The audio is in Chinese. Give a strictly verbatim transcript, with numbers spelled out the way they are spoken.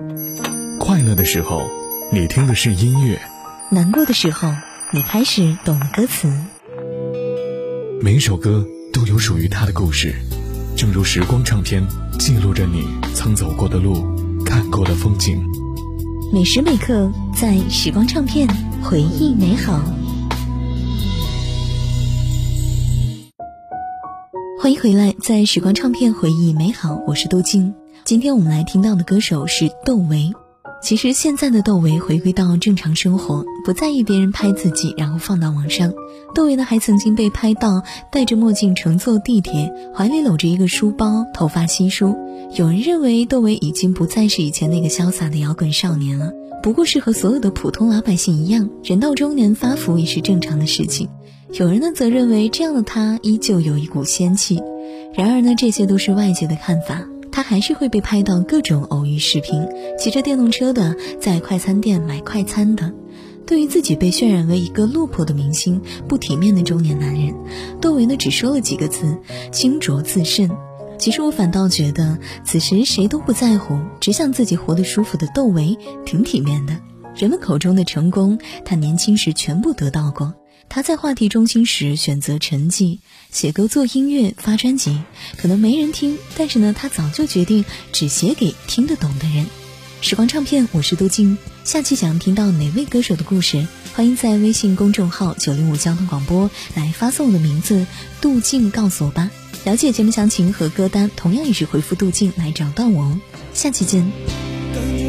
快乐的时候，你听的是音乐； 难过的时候，你开始懂了歌词。 每首歌都有属于它的故事，正如时光唱片记录着你曾走过的路，看过的风景。 每时每刻在时光唱片，回忆美好。欢迎回来，在时光唱片回忆美好，我是杜静。今天我们来听到的歌手是窦唯。其实现在的窦唯回归到正常生活，不在意别人拍自己然后放到网上。窦唯呢还曾经被拍到戴着墨镜乘坐地铁，怀里搂着一个书包，头发稀疏。有人认为窦唯已经不再是以前那个潇洒的摇滚少年了，不过是和所有的普通老百姓一样，人到中年发福也是正常的事情。有人呢则认为这样的他依旧有一股仙气。然而呢这些都是外界的看法，他还是会被拍到各种偶遇视频，骑着电动车的，在快餐店买快餐的。对于自己被渲染为一个落魄的明星，不体面的中年男人，窦唯呢只说了几个字：清浊自慎。其实我反倒觉得此时谁都不在乎，只想自己活得舒服的窦唯挺体面的。人们口中的成功，他年轻时全部得到过。他在话题中心时选择沉寂，写歌做音乐发专辑，可能没人听，但是呢他早就决定只写给听得懂的人。时光唱片，我是杜静。下期想听到哪位歌手的故事，欢迎在微信公众号九零五交通广播来发送我的名字杜静告诉我吧。了解节目详情和歌单，同样也是回复杜静来找到我哦。下期见。